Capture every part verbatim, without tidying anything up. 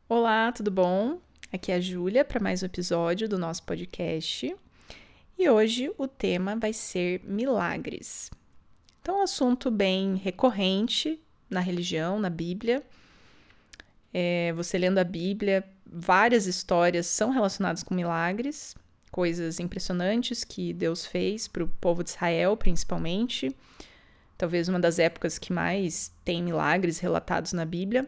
Olá, tudo bom? Aqui é a Júlia para mais um episódio do nosso podcast. E hoje o tema vai ser milagres. Então, é um assunto bem recorrente na religião, na Bíblia. É, você lendo a Bíblia, várias histórias são relacionadas com milagres, coisas impressionantes que Deus fez para o povo de Israel, principalmente. Talvez uma das épocas que mais tem milagres relatados na Bíblia.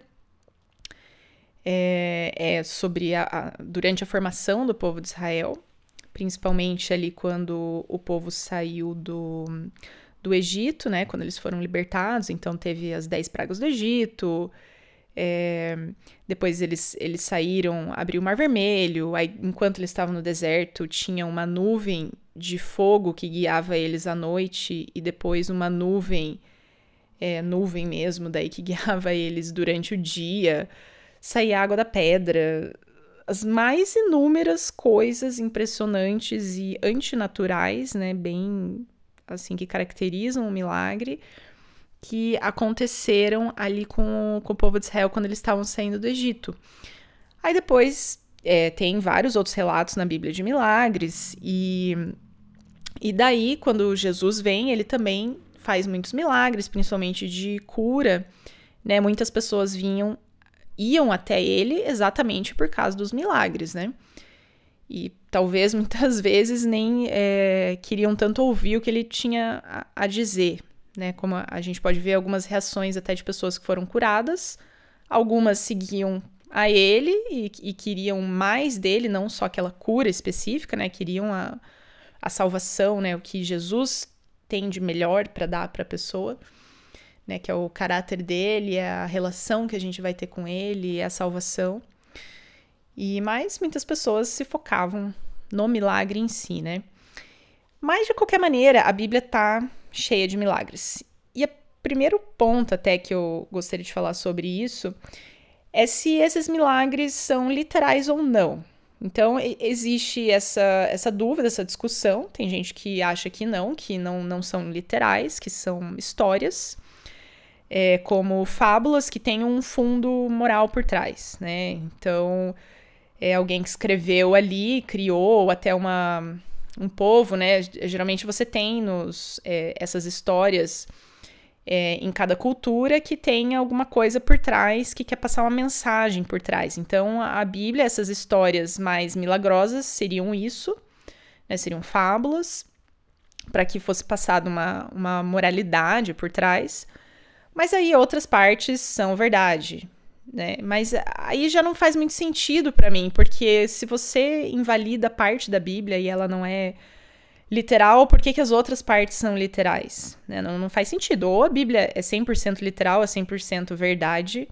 É, é sobre a, a, durante a formação do povo de Israel, principalmente ali quando o povo saiu do, do Egito, né, quando eles foram libertados. Então teve as dez pragas do Egito, é, depois eles, eles saíram, abriu o Mar Vermelho, aí, enquanto eles estavam no deserto tinha uma nuvem de fogo que guiava eles à noite e depois uma nuvem, é, nuvem mesmo, daí que guiava eles durante o dia. Saía água da pedra, as mais inúmeras coisas impressionantes e antinaturais, né, bem assim, que caracterizam o milagre, que aconteceram ali com, com o povo de Israel quando eles estavam saindo do Egito. Aí depois é, tem vários outros relatos na Bíblia de milagres, e, e daí, quando Jesus vem, ele também faz muitos milagres, principalmente de cura, né, muitas pessoas vinham iam até ele exatamente por causa dos milagres, né? E talvez muitas vezes nem é, queriam tanto ouvir o que ele tinha a, a dizer, né? Como a, a gente pode ver algumas reações até de pessoas que foram curadas, algumas seguiam a ele e, e queriam mais dele, não só aquela cura específica, né? Queriam a, a salvação, né? O que Jesus tem de melhor para dar para a pessoa. Né, que é o caráter dele, é a relação que a gente vai ter com ele, é a salvação. E mais muitas pessoas se focavam no milagre em si, né? Mas, de qualquer maneira, a Bíblia tá cheia de milagres. E o primeiro ponto até que eu gostaria de falar sobre isso é se esses milagres são literais ou não. Então, existe essa, essa dúvida, essa discussão. Tem gente que acha que não, que não, não são literais, que são histórias. É, como fábulas que têm um fundo moral por trás, né? Então, é alguém que escreveu ali, criou até uma, um povo, né? Geralmente você tem nos, é, essas histórias é, em cada cultura que tem alguma coisa por trás, que quer passar uma mensagem por trás. Então, a Bíblia, essas histórias mais milagrosas seriam isso, né? Seriam fábulas, para que fosse passada uma, uma moralidade por trás. Mas aí outras partes são verdade, né? Mas aí já não faz muito sentido para mim, porque se você invalida parte da Bíblia e ela não é literal, por que, que as outras partes são literais? Né? Não, não faz sentido. Ou a Bíblia é cem por cento literal, é cem por cento verdade,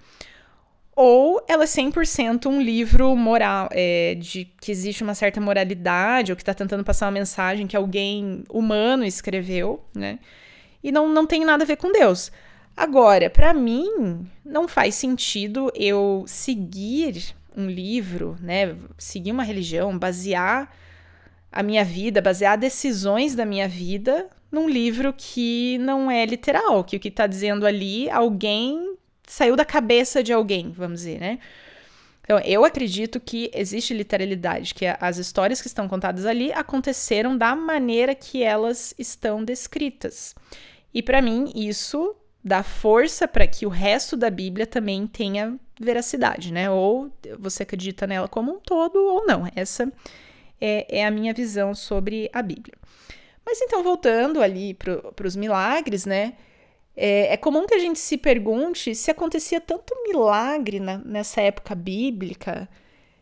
ou ela é cem por cento um livro moral, é, de que existe uma certa moralidade, ou que está tentando passar uma mensagem que alguém humano escreveu, né? E não, não tem nada a ver com Deus. Agora, para mim, não faz sentido eu seguir um livro, né, seguir uma religião, basear a minha vida, basear decisões da minha vida num livro que não é literal, que o que está dizendo ali, alguém saiu da cabeça de alguém, vamos dizer, né? Então, eu acredito que existe literalidade, que as histórias que estão contadas ali aconteceram da maneira que elas estão descritas. E para mim, isso dá força para que o resto da Bíblia também tenha veracidade, né? Ou você acredita nela como um todo ou não. Essa é, é a minha visão sobre a Bíblia. Mas então, voltando ali para os milagres, né? É, é comum que a gente se pergunte se acontecia tanto milagre na, nessa época bíblica.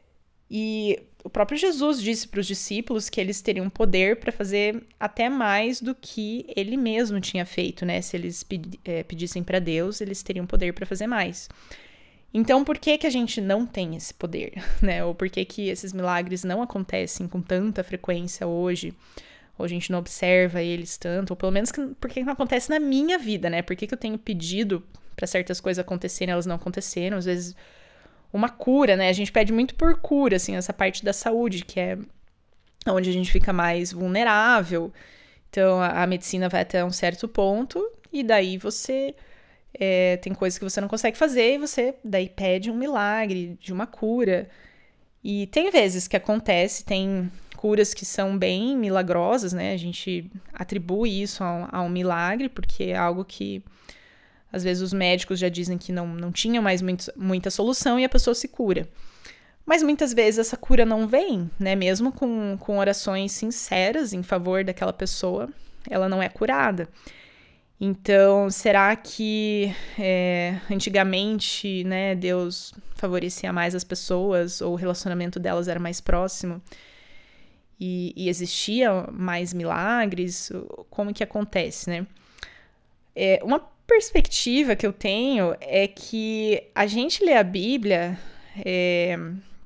E o próprio Jesus disse para os discípulos que eles teriam poder para fazer até mais do que ele mesmo tinha feito, né? Se eles pedi- é, pedissem para Deus, eles teriam poder para fazer mais. Então, por que que a gente não tem esse poder, né? Ou por que que esses milagres não acontecem com tanta frequência hoje? Ou a gente não observa eles tanto? Ou pelo menos, que, por que não acontece na minha vida, né? Por que que eu tenho pedido para certas coisas acontecerem e elas não aconteceram? Às vezes uma cura, né? A gente pede muito por cura, assim, essa parte da saúde, que é onde a gente fica mais vulnerável. Então, a, a medicina vai até um certo ponto e daí você é, tem coisas que você não consegue fazer e você daí pede um milagre, de uma cura. E tem vezes que acontece, tem curas que são bem milagrosas, né? A gente atribui isso a um, a um milagre, porque é algo que às vezes os médicos já dizem que não, não tinha mais muito, muita solução e a pessoa se cura. Mas muitas vezes essa cura não vem, né? Mesmo com, com orações sinceras em favor daquela pessoa, ela não é curada. Então, será que é, antigamente, né, Deus favorecia mais as pessoas ou o relacionamento delas era mais próximo e, e existia mais milagres? Como que acontece, né? É, uma perspectiva que eu tenho é que a gente lê a Bíblia, é,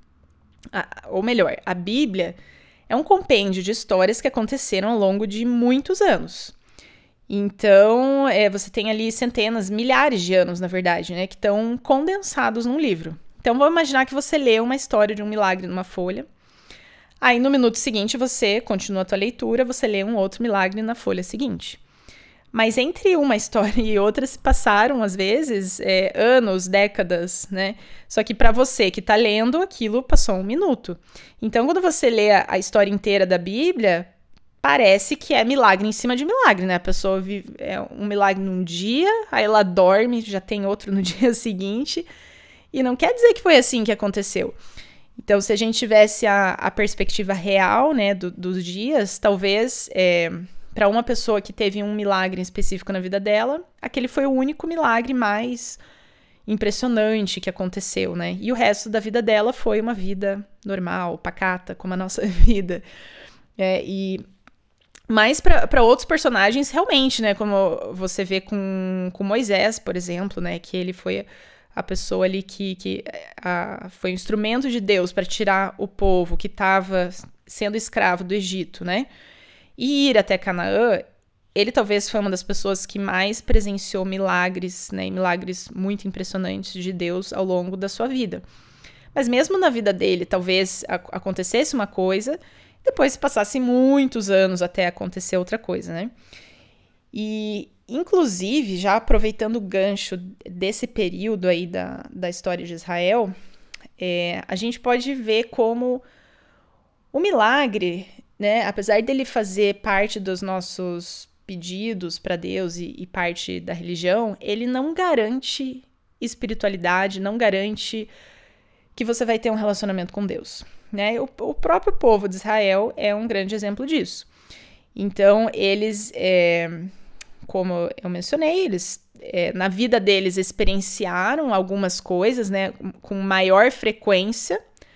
a, ou melhor, a Bíblia é um compêndio de histórias que aconteceram ao longo de muitos anos. Então, é, você tem ali centenas, milhares de anos, na verdade, né, que estão condensados num livro. Então, vamos imaginar que você lê uma história de um milagre numa folha. Aí, no minuto seguinte, você continua a tua leitura, você lê um outro milagre na folha seguinte. Mas entre uma história e outra se passaram, às vezes, é, anos, décadas, né? Só que para você que está lendo, aquilo passou um minuto. Então, quando você lê a, a história inteira da Bíblia, parece que é milagre em cima de milagre, né? A pessoa vive é um milagre num dia, aí ela dorme, já tem outro no dia seguinte, e não quer dizer que foi assim que aconteceu. Então, se a gente tivesse a, a perspectiva real, né, do, dos dias, talvez, é, para uma pessoa que teve um milagre específico na vida dela, aquele foi o único milagre mais impressionante que aconteceu, né? E o resto da vida dela foi uma vida normal, pacata, como a nossa vida. É, e Mas para outros personagens, realmente, né? Como você vê com, com Moisés, por exemplo, né? Que ele foi a pessoa ali que, que a, foi um instrumento de Deus para tirar o povo que estava sendo escravo do Egito, né? E ir até Canaã, ele talvez foi uma das pessoas que mais presenciou milagres, né? Milagres muito impressionantes de Deus ao longo da sua vida. Mas mesmo na vida dele, talvez a, acontecesse uma coisa, depois passasse muitos anos até acontecer outra coisa, né? E, inclusive, já aproveitando o gancho desse período aí da, da história de Israel, é, a gente pode ver como o milagre, né, apesar dele fazer parte dos nossos pedidos para Deus e, e parte da religião, ele não garante espiritualidade, não garante que você vai ter um relacionamento com Deus. Né? O, o próprio povo de Israel é um grande exemplo disso. Então, eles, é, como eu mencionei, eles, é, na vida deles, experienciaram algumas coisas, né, com maior frequência.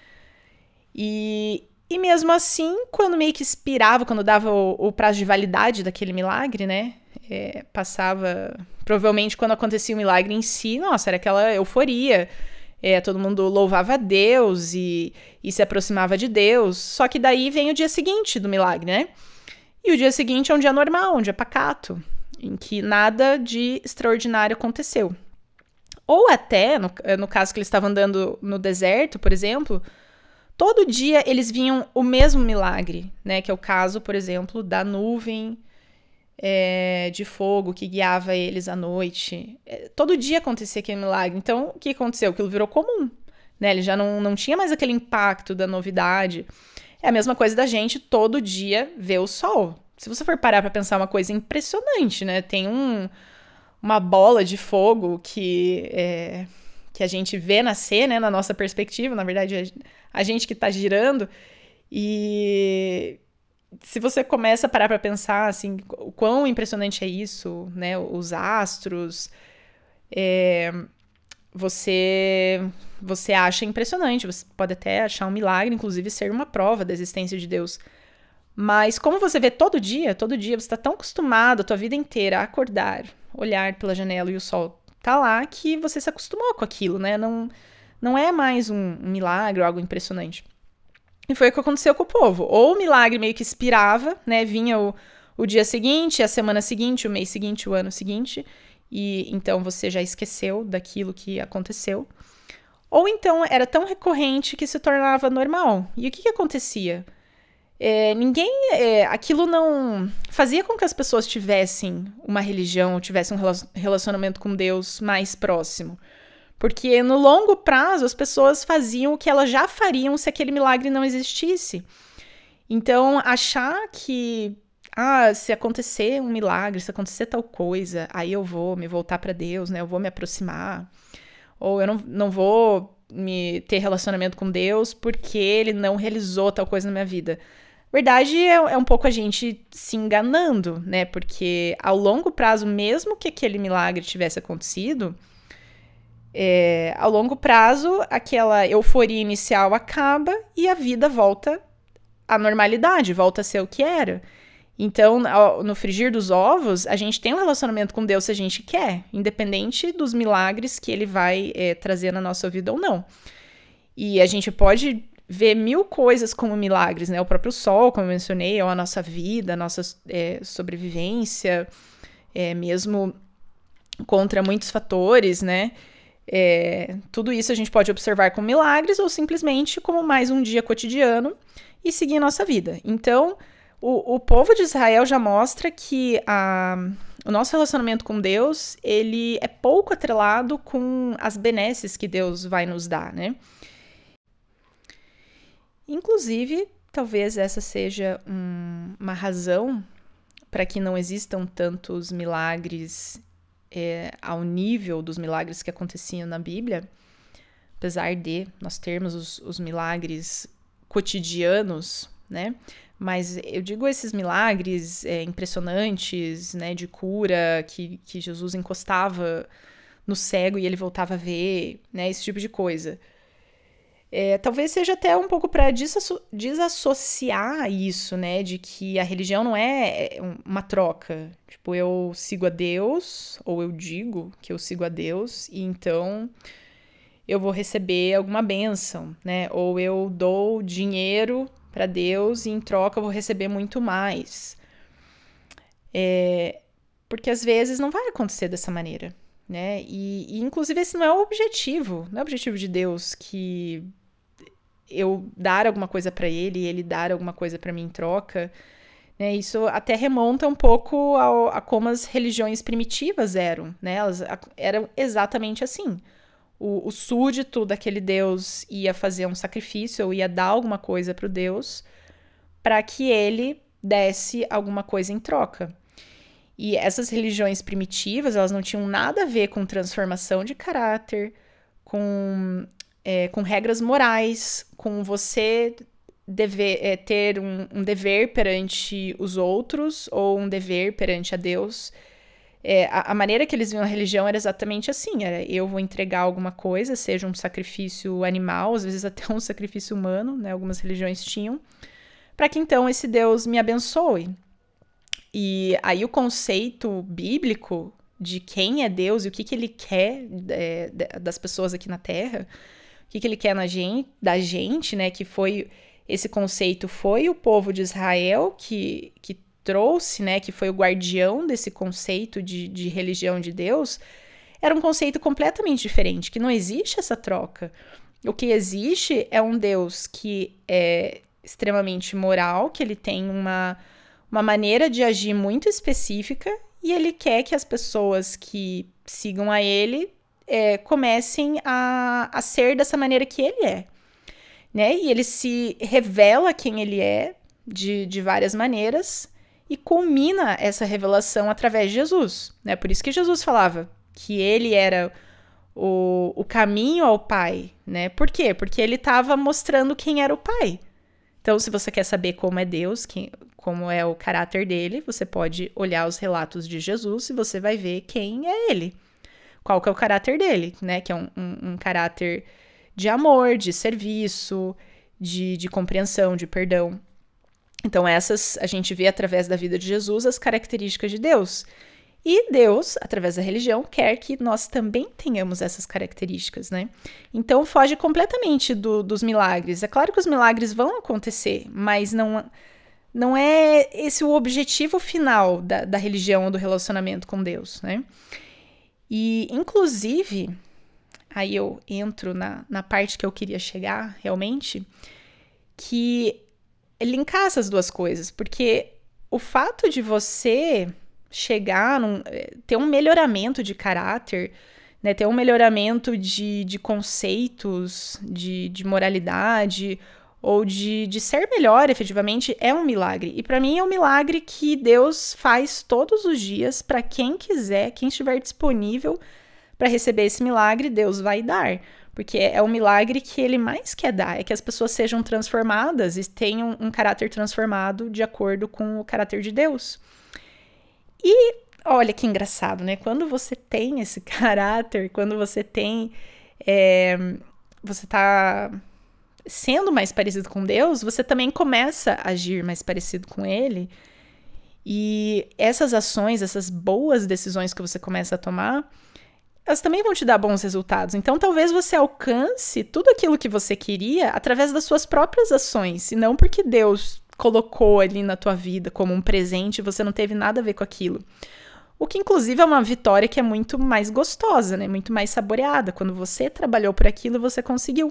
E, e mesmo assim, quando meio que expirava, quando dava o, o prazo de validade daquele milagre, né, é, passava... Provavelmente, quando acontecia o milagre em si, nossa, era aquela euforia. É, todo mundo louvava a Deus e, e se aproximava de Deus. Só que daí vem o dia seguinte do milagre, né? E o dia seguinte é um dia normal, um dia pacato, em que nada de extraordinário aconteceu. Ou até, no, no caso que eles estavam andando no deserto, por exemplo, todo dia eles vinham o mesmo milagre, né? Que é o caso, por exemplo, da nuvem é, de fogo que guiava eles à noite. É, todo dia acontecia aquele milagre. Então, o que aconteceu? Aquilo virou comum, né? Ele já não, não tinha mais aquele impacto da novidade. É a mesma coisa da gente todo dia ver o sol. Se você for parar para pensar, uma coisa impressionante, né? Tem um, uma bola de fogo que, é, que a gente vê nascer, né? Na nossa perspectiva, na verdade, a gente que está girando. E se você começa a parar para pensar, assim, o quão impressionante é isso, né? Os astros, é, você, você acha impressionante. Você pode até achar um milagre, inclusive ser uma prova da existência de Deus. Mas como você vê todo dia, todo dia, você está tão acostumado a tua vida inteira a acordar, olhar pela janela e o sol tá lá, que você se acostumou com aquilo, né? Não, não é mais um, um milagre ou algo impressionante. E foi o que aconteceu com o povo. Ou o milagre meio que expirava, né? Vinha o, o dia seguinte, a semana seguinte, o mês seguinte, o ano seguinte, e então você já esqueceu daquilo que aconteceu. Ou então era tão recorrente que se tornava normal. E o que, que acontecia? É, ninguém, é, aquilo não fazia com que as pessoas tivessem uma religião, tivessem um relacionamento com Deus mais próximo. Porque no longo prazo as pessoas faziam o que elas já fariam se aquele milagre não existisse. Então, achar que, ah, se acontecer um milagre, se acontecer tal coisa, aí eu vou me voltar para Deus, né? Eu vou me aproximar. Ou eu não, não vou me ter relacionamento com Deus porque ele não realizou tal coisa na minha vida. Verdade é, é um pouco a gente se enganando, né? Porque ao longo prazo, mesmo que aquele milagre tivesse acontecido, é, ao longo prazo, aquela euforia inicial acaba e a vida volta à normalidade, volta a ser o que era. Então, no frigir dos ovos, a gente tem um relacionamento com Deus se a gente quer, independente dos milagres que ele vai é, trazer na nossa vida ou não. E a gente pode ver mil coisas como milagres, né? O próprio sol, como eu mencionei, ou a nossa vida, a nossa é, sobrevivência, é, mesmo contra muitos fatores, né? É, tudo isso a gente pode observar como milagres ou simplesmente como mais um dia cotidiano e seguir nossa vida. Então, o, o povo de Israel já mostra que a, o nosso relacionamento com Deus, ele é pouco atrelado com as benesses que Deus vai nos dar, né? Inclusive, talvez essa seja um, uma razão para que não existam tantos milagres é, ao nível dos milagres que aconteciam na Bíblia, apesar de nós termos os, os milagres cotidianos, né? Mas eu digo esses milagres é, impressionantes, né, de cura, que, que Jesus encostava no cego e ele voltava a ver, né, esse tipo de coisa. É, talvez seja até um pouco para desasso- desassociar isso, né, de que a religião não é uma troca. Tipo, eu sigo a Deus, ou eu digo que eu sigo a Deus, e então eu vou receber alguma bênção, né, ou eu dou dinheiro para Deus e em troca eu vou receber muito mais. É, porque às vezes não vai acontecer dessa maneira, né? E, e inclusive esse não é o objetivo, não é o objetivo de Deus que eu dar alguma coisa para ele e ele dar alguma coisa para mim em troca. Né? Isso até remonta um pouco ao, a como as religiões primitivas eram, né? Elas eram exatamente assim. O, o súdito daquele deus ia fazer um sacrifício ou ia dar alguma coisa para o deus para que ele desse alguma coisa em troca. E essas religiões primitivas, elas não tinham nada a ver com transformação de caráter, com, é, com regras morais, com você dever, é, ter um, um dever perante os outros ou um dever perante a Deus. É, a, a maneira que eles viam a religião era exatamente assim, era eu vou entregar alguma coisa, seja um sacrifício animal, às vezes até um sacrifício humano, né, algumas religiões tinham, para que então esse Deus me abençoe. E aí o conceito bíblico de quem é Deus e o que, que ele quer é, das pessoas aqui na Terra, o que, que ele quer na gente, da gente, né, que foi, esse conceito foi o povo de Israel que, que trouxe, né, que foi o guardião desse conceito de, de religião de Deus, era um conceito completamente diferente, que não existe essa troca. O que existe é um Deus que é extremamente moral, que ele tem uma, uma maneira de agir muito específica e ele quer que as pessoas que sigam a ele é, comecem a, a ser dessa maneira que ele é. Né? E ele se revela quem ele é de, de várias maneiras e culmina essa revelação através de Jesus. Né? Por isso que Jesus falava que ele era o, o caminho ao Pai. Né? Por quê? Porque ele estava mostrando quem era o Pai. Então, se você quer saber como é Deus, quem, como é o caráter dele, você pode olhar os relatos de Jesus e você vai ver quem é ele. Qual que é o caráter dele, né? Que é um, um, um caráter de amor, de serviço, de, de compreensão, de perdão. Então, essas a gente vê através da vida de Jesus as características de Deus. E Deus, através da religião, quer que nós também tenhamos essas características, né? Então, foge completamente do, dos milagres. É claro que os milagres vão acontecer, mas não, não é esse o objetivo final da, da religião ou do relacionamento com Deus, né? E, inclusive, aí eu entro na, na parte que eu queria chegar, realmente, que linkar essas duas coisas, porque o fato de você chegar, num, ter um melhoramento de caráter, né, ter um melhoramento de, de conceitos, de, de moralidade, ou de, de ser melhor, efetivamente, é um milagre. E para mim é um milagre que Deus faz todos os dias para quem quiser, quem estiver disponível para receber esse milagre, Deus vai dar. Porque é um milagre que ele mais quer dar, é que as pessoas sejam transformadas e tenham um caráter transformado de acordo com o caráter de Deus. E olha que engraçado, né? Quando você tem esse caráter, quando você tem... É, você tá sendo mais parecido com Deus, você também começa a agir mais parecido com Ele. E essas ações, essas boas decisões que você começa a tomar, elas também vão te dar bons resultados. Então, talvez você alcance tudo aquilo que você queria através das suas próprias ações, e não porque Deus colocou ali na tua vida como um presente e você não teve nada a ver com aquilo. O que, inclusive, é uma vitória que é muito mais gostosa, né? Muito mais saboreada. Quando você trabalhou por aquilo, você conseguiu.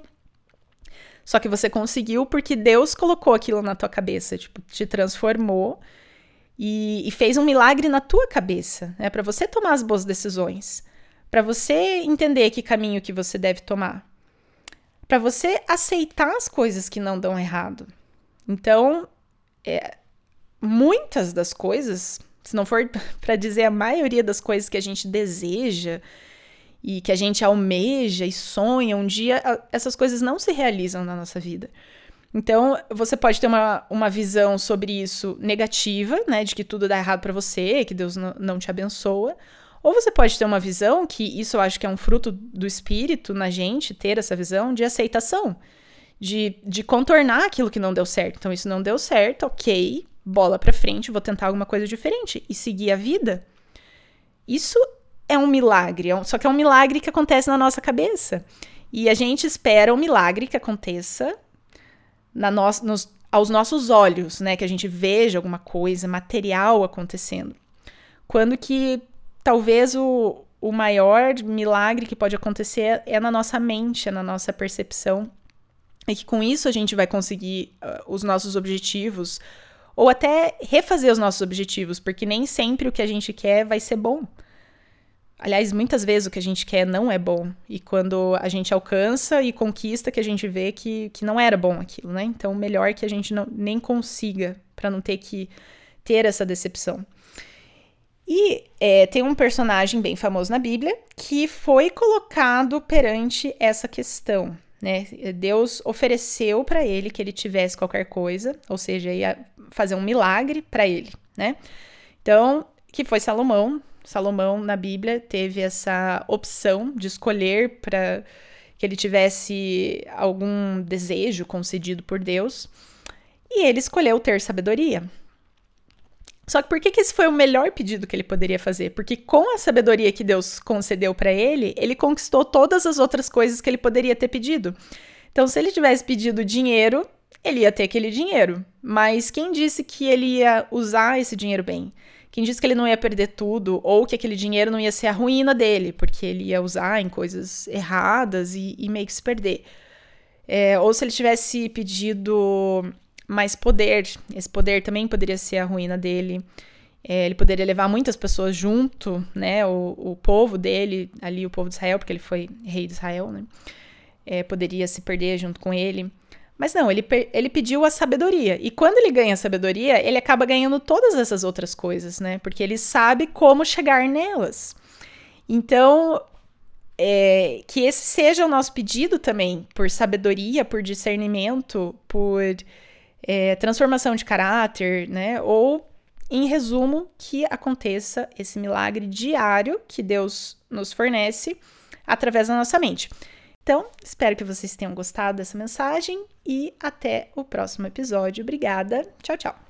Só que você conseguiu porque Deus colocou aquilo na tua cabeça, tipo, te transformou e, e fez um milagre na tua cabeça, né? Para você tomar as boas decisões. Para você entender que caminho que você deve tomar. Para você aceitar as coisas que não dão errado. Então, é, muitas das coisas, se não for para dizer a maioria das coisas que a gente deseja e que a gente almeja e sonha um dia, essas coisas não se realizam na nossa vida. Então, você pode ter uma, uma visão sobre isso negativa, né, de que tudo dá errado para você, que Deus não, não te abençoa. Ou você pode ter uma visão, que isso eu acho que é um fruto do espírito na gente, ter essa visão de aceitação, de, de contornar aquilo que não deu certo. Então, isso não deu certo, ok, bola pra frente, vou tentar alguma coisa diferente e seguir a vida. Isso é um milagre, é um, só que é um milagre que acontece na nossa cabeça. E a gente espera um milagre que aconteça na no, nos, aos nossos olhos, né? Que a gente veja alguma coisa material acontecendo. Quando que talvez o, o maior milagre que pode acontecer é na nossa mente, é na nossa percepção. E que com isso a gente vai conseguir uh, os nossos objetivos, ou até refazer os nossos objetivos, porque nem sempre o que a gente quer vai ser bom. Aliás, muitas vezes o que a gente quer não é bom. E quando a gente alcança e conquista, que a gente vê que, que não era bom aquilo, né? Então, melhor que a gente não, nem consiga, para não ter que ter essa decepção. E é, tem um personagem bem famoso na Bíblia que foi colocado perante essa questão, né? Deus ofereceu para ele que ele tivesse qualquer coisa, ou seja, ia fazer um milagre para ele, né? Então, que foi Salomão. Salomão, na Bíblia, teve essa opção de escolher para que ele tivesse algum desejo concedido por Deus, e ele escolheu ter sabedoria. Só que por que que esse foi o melhor pedido que ele poderia fazer? Porque com a sabedoria que Deus concedeu para ele, ele conquistou todas as outras coisas que ele poderia ter pedido. Então, se ele tivesse pedido dinheiro, ele ia ter aquele dinheiro. Mas quem disse que ele ia usar esse dinheiro bem? Quem disse que ele não ia perder tudo? Ou que aquele dinheiro não ia ser a ruína dele, porque ele ia usar em coisas erradas e, e meio que se perder? É, ou se ele tivesse pedido mais poder, esse poder também poderia ser a ruína dele. É, ele poderia levar muitas pessoas junto, né? O, o povo dele, ali o povo de Israel, porque ele foi rei de Israel, né? É, poderia se perder junto com ele. Mas não, ele, ele pediu a sabedoria. E quando ele ganha a sabedoria, ele acaba ganhando todas essas outras coisas, né? Porque ele sabe como chegar nelas. Então, é, que esse seja o nosso pedido também, por sabedoria, por discernimento, por é, transformação de caráter, né? Ou, em resumo, que aconteça esse milagre diário que Deus nos fornece através da nossa mente. Então, espero que vocês tenham gostado dessa mensagem e até o próximo episódio. Obrigada. Tchau, tchau.